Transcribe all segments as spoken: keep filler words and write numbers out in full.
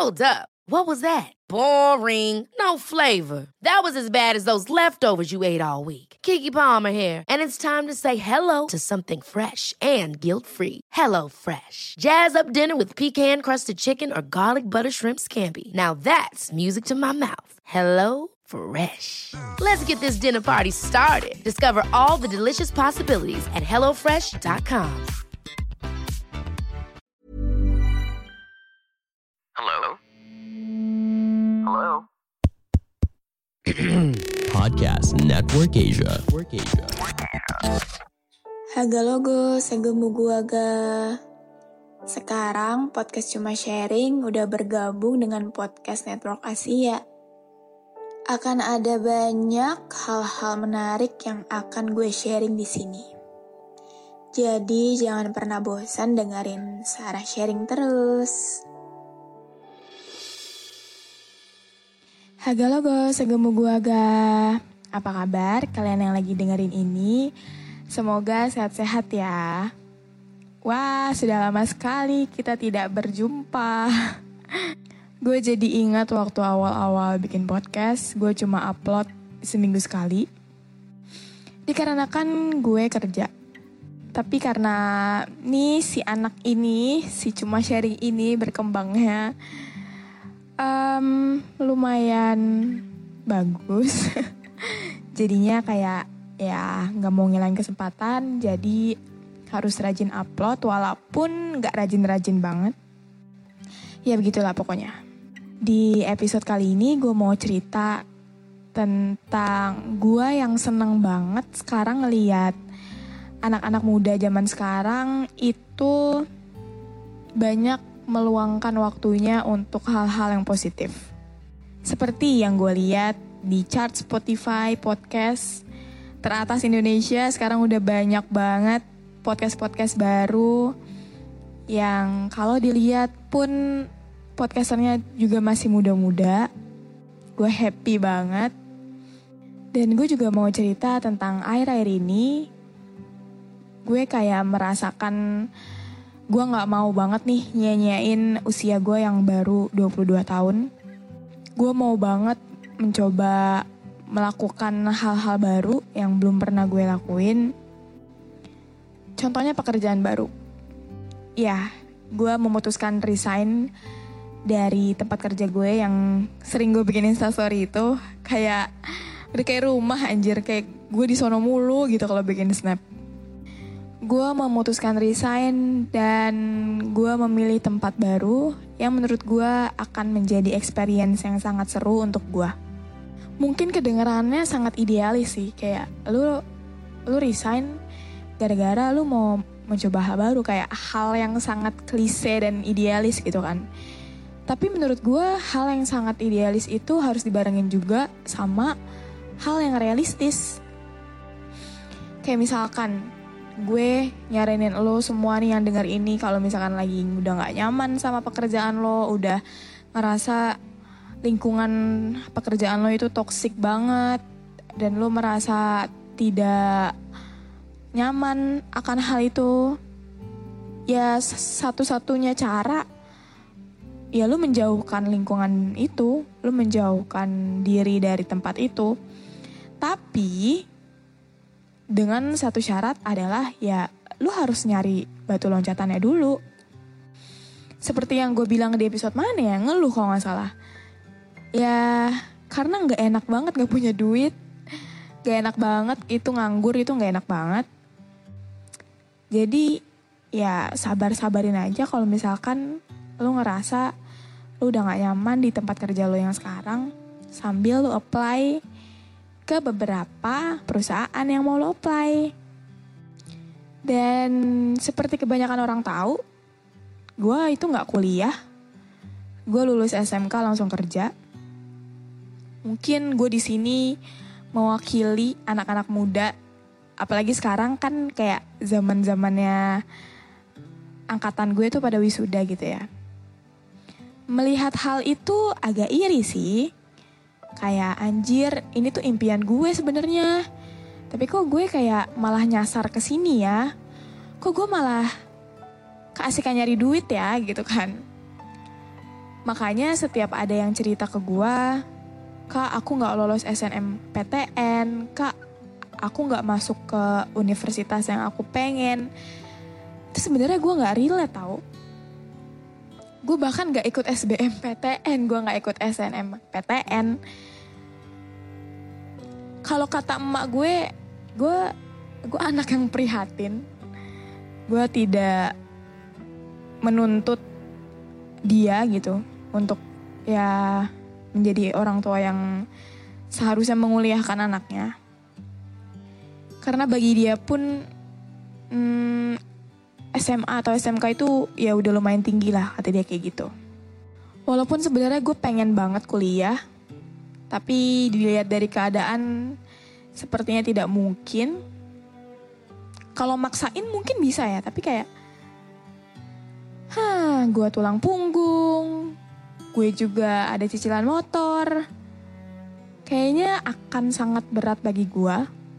Hold up. What was that? Boring. No flavor. That was as bad as those leftovers you ate all week. Keke Palmer here, and it's time to say hello to something fresh and guilt-free. Hello Fresh. Jazz up dinner with pecan-crusted chicken or garlic butter shrimp scampi. Now that's music to my mouth. Hello Fresh. Let's get this dinner party started. Discover all the delicious possibilities at hello fresh dot com. Hello? Hello? Podcast Network Asia. Network Asia. Haga logo, segemu guaga. Sekarang podcast Cuma Sharing udah bergabung dengan podcast Network Asia. Akan ada banyak hal-hal menarik yang akan gue sharing di sini. Jadi jangan pernah bosan dengerin Sarah sharing terus. Haga logo, segemu guaga. Apa kabar kalian yang lagi dengerin ini? Semoga sehat-sehat ya. Wah, sudah lama sekali kita tidak berjumpa. Gue jadi ingat waktu awal-awal bikin podcast, gue cuma upload seminggu sekali. Dikarenakan gue kerja. Tapi karena nih si anak ini, si Cuma Sharing ini berkembangnya Um, lumayan bagus. Jadinya kayak ya gak mau ngilangin kesempatan. Jadi harus rajin upload walaupun gak rajin-rajin banget. Ya begitulah pokoknya. Di episode kali ini gue mau cerita tentang gue yang seneng banget sekarang ngeliat anak-anak muda zaman sekarang itu banyak meluangkan waktunya untuk hal-hal yang positif. Seperti yang gue lihat di chart Spotify podcast teratas Indonesia, sekarang udah banyak banget podcast-podcast baru yang kalau dilihat pun podcasternya juga masih muda-muda. Gue happy banget. Dan gue juga mau cerita tentang akhir-akhir ini gue kayak merasakan gue gak mau banget nih nyanyain usia gue yang baru dua puluh dua tahun. Gue mau banget mencoba melakukan hal-hal baru yang belum pernah gue lakuin. Contohnya pekerjaan baru. Ya, gue memutuskan resign dari tempat kerja gue yang sering gue bikin instastory itu. Kayak, udah kayak rumah anjir, kayak gue di sono mulu gitu kalau bikin snap. Gue memutuskan resign dan gue memilih tempat baru yang menurut gue akan menjadi experience yang sangat seru untuk gue. Mungkin kedengarannya sangat idealis sih, kayak lu lu resign gara-gara lu mau mencoba hal baru, kayak hal yang sangat klise dan idealis gitu kan. Tapi menurut gue hal yang sangat idealis itu harus dibarengin juga sama hal yang realistis. Kayak misalkan gue nyaranin lo semua nih yang denger ini, kalau misalkan lagi udah gak nyaman sama pekerjaan lo, udah ngerasa lingkungan pekerjaan lo itu toksik banget, dan lo merasa tidak nyaman akan hal itu, ya satu-satunya cara, ya lo menjauhkan lingkungan itu, lo menjauhkan diri dari tempat itu. Tapi dengan satu syarat adalah ya lu harus nyari batu loncatannya dulu. Seperti yang gue bilang di episode mana ya, ngeluh kalau gak salah. Ya karena gak enak banget gak punya duit. Gak enak banget itu nganggur, itu gak enak banget. Jadi ya sabar-sabarin aja kalau misalkan lu ngerasa lu udah gak nyaman di tempat kerja lu yang sekarang. Sambil lu apply ke beberapa perusahaan yang mau lo apply. Dan seperti kebanyakan orang tahu, gue itu gak kuliah. Gue lulus S M K langsung kerja. Mungkin gue di sini mewakili anak-anak muda, apalagi sekarang kan kayak zaman-zamannya angkatan gue tuh pada wisuda gitu ya. Melihat hal itu agak iri sih. Kayak anjir, ini tuh impian gue sebenarnya. Tapi kok gue kayak malah nyasar ke sini ya? Kok gue malah keasikan nyari duit ya gitu kan? Makanya setiap ada yang cerita ke gue, Kak aku gak lolos S N M P T N, Kak aku gak masuk ke universitas yang aku pengen. Itu sebenarnya gue gak relate tau. Gue bahkan gak ikut S B M P T N, gue gak ikut S N M P T N. Kalau kata emak gue, gue gue anak yang prihatin. Gue tidak menuntut dia gitu untuk ya menjadi orang tua yang seharusnya menguliahkan anaknya. Karena bagi dia pun hmm, S M A atau S M K itu ya udah lumayan tinggi lah, kata dia kayak gitu. Walaupun sebenarnya gue pengen banget kuliah, tapi dilihat dari keadaan sepertinya tidak mungkin. Kalau maksain mungkin bisa ya, tapi kayak hah, gue tulang punggung, gue juga ada cicilan motor. Kayaknya akan sangat berat bagi gue.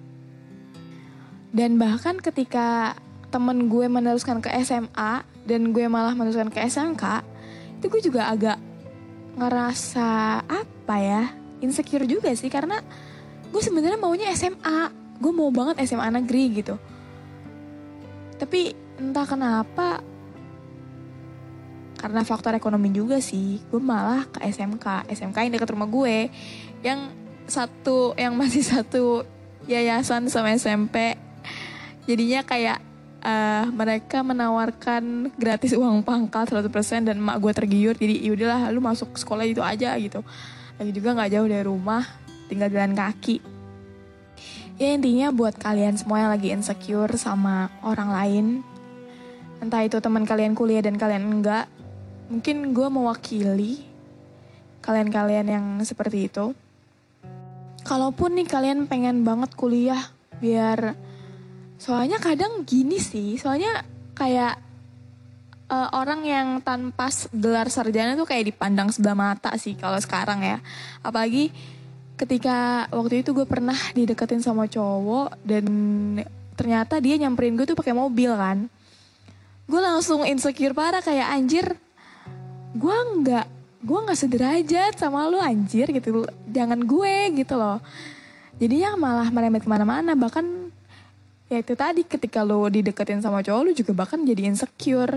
Dan bahkan ketika temen gue meneruskan ke S M A dan gue malah meneruskan ke S M K, itu gue juga agak ngerasa apa ya, insecure juga sih, karena gue sebenarnya maunya S M A, gue mau banget S M A negeri gitu. Tapi entah kenapa, karena faktor ekonomi juga sih, gue malah ke S M K, S M K yang dekat rumah gue, yang satu, yang masih satu yayasan sama S M P. Jadinya kayak Uh, mereka menawarkan gratis uang pangkal seratus persen dan emak gue tergiur. Jadi yaudahlah lu masuk sekolah itu aja gitu. Lagi juga gak jauh dari rumah, tinggal jalan kaki. Ya intinya buat kalian semua yang lagi insecure sama orang lain, entah itu teman kalian kuliah dan kalian enggak, mungkin gue mewakili kalian-kalian yang seperti itu. Kalaupun nih kalian pengen banget kuliah biar, soalnya kadang gini sih, soalnya kayak uh, orang yang tanpa gelar sarjana tuh kayak dipandang sebelah mata sih kalau sekarang ya. Apalagi ketika waktu itu gue pernah dideketin sama cowok dan ternyata dia nyamperin gue tuh pakai mobil kan. Gue langsung insecure parah, kayak anjir, gue nggak gue nggak sederajat sama lu anjir gitu, jangan gue gitu loh. Jadinya malah merembet kemana-mana, bahkan ya itu tadi, ketika lo dideketin sama cowok, lo juga bahkan jadi insecure.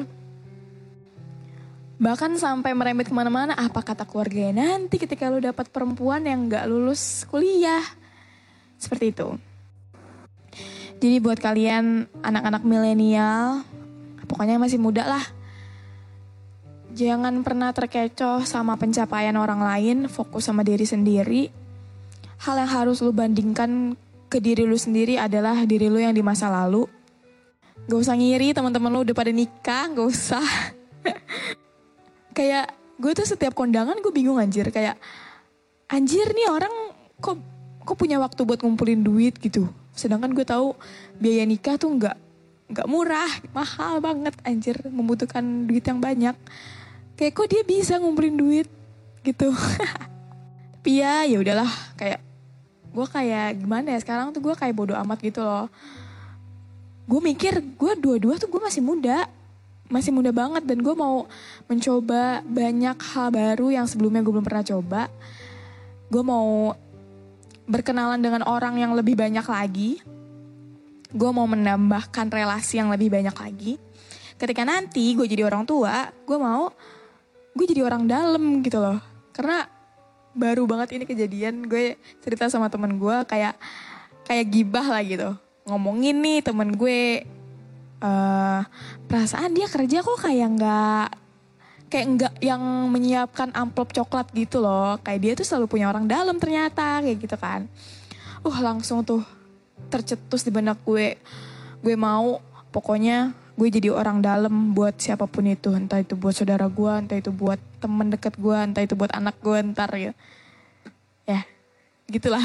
Bahkan sampai merembet kemana-mana, apa kata keluarganya nanti ketika lo dapat perempuan yang gak lulus kuliah. Seperti itu. Jadi buat kalian anak-anak milenial, pokoknya masih muda lah, jangan pernah terkecoh sama pencapaian orang lain, fokus sama diri sendiri. Hal yang harus lo bandingkan ke diri lu sendiri adalah diri lu yang di masa lalu. Gak usah ngiri teman-teman lu udah pada nikah, gak usah. Kayak gue tuh setiap kondangan gue bingung anjir, kayak anjir nih orang kok kok punya waktu buat ngumpulin duit gitu. Sedangkan gue tahu biaya nikah tuh nggak nggak murah, mahal banget anjir, membutuhkan duit yang banyak. Kayak kok dia bisa ngumpulin duit gitu. Tapi ya ya udahlah, kayak gue kayak gimana ya, sekarang tuh gue kayak bodo amat gitu loh. Gue mikir gue dua-dua tuh gue masih muda. Masih muda banget, dan gue mau mencoba banyak hal baru yang sebelumnya gue belum pernah coba. Gue mau berkenalan dengan orang yang lebih banyak lagi. Gue mau menambahkan relasi yang lebih banyak lagi. Ketika nanti gue jadi orang tua, gue mau gue jadi orang dalam gitu loh. Karena baru banget ini kejadian, gue cerita sama temen gue kayak kayak gibah lah gitu, ngomongin nih temen gue, uh, perasaan dia kerja kok kayak nggak kayak nggak yang menyiapkan amplop coklat gitu loh, kayak dia tuh selalu punya orang dalam ternyata, kayak gitu kan. Uh langsung tuh tercetus di benak gue, gue mau pokoknya gue jadi orang dalam buat siapapun itu, entah itu buat saudara gue, entah itu buat temen deket gue, entah itu buat anak gue ntar ya. Ya, gitulah.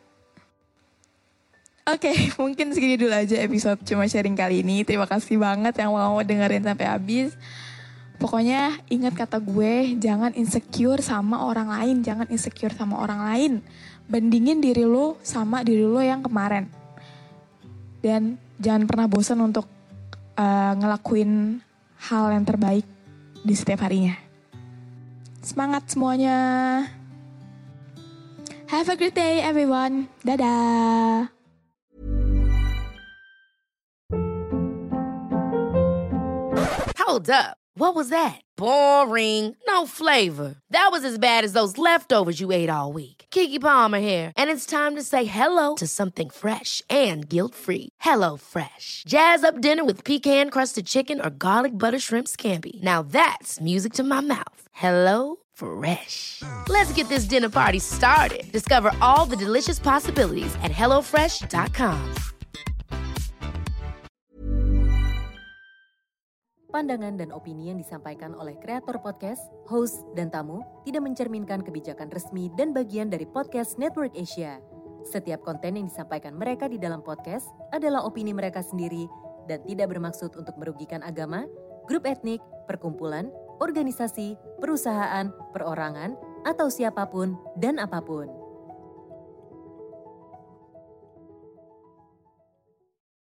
Oke, okay, mungkin segini dulu aja episode Cuma Sharing kali ini. Terima kasih banget yang mau dengerin sampai habis. Pokoknya ingat kata gue, jangan insecure sama orang lain, jangan insecure sama orang lain. Bandingin diri lo sama diri lo yang kemarin. Dan jangan pernah bosan untuk Uh, ngelakuin hal yang terbaik di setiap harinya. Semangat semuanya. Have a great day everyone. Dadah. Hold up. What was that? Boring. No flavor. That was as bad as those leftovers you ate all week. Keke Palmer here, and it's time to say hello to something fresh and guilt-free. Hello Fresh. Jazz up dinner with pecan-crusted chicken or garlic butter shrimp scampi. Now that's music to my mouth. Hello Fresh. Let's get this dinner party started. Discover all the delicious possibilities at hello fresh dot com. Pandangan dan opini yang disampaikan oleh kreator podcast, host, dan tamu tidak mencerminkan kebijakan resmi dan bagian dari podcast Network Asia. Setiap konten yang disampaikan mereka di dalam podcast adalah opini mereka sendiri dan tidak bermaksud untuk merugikan agama, grup etnik, perkumpulan, organisasi, perusahaan, perorangan, atau siapapun dan apapun.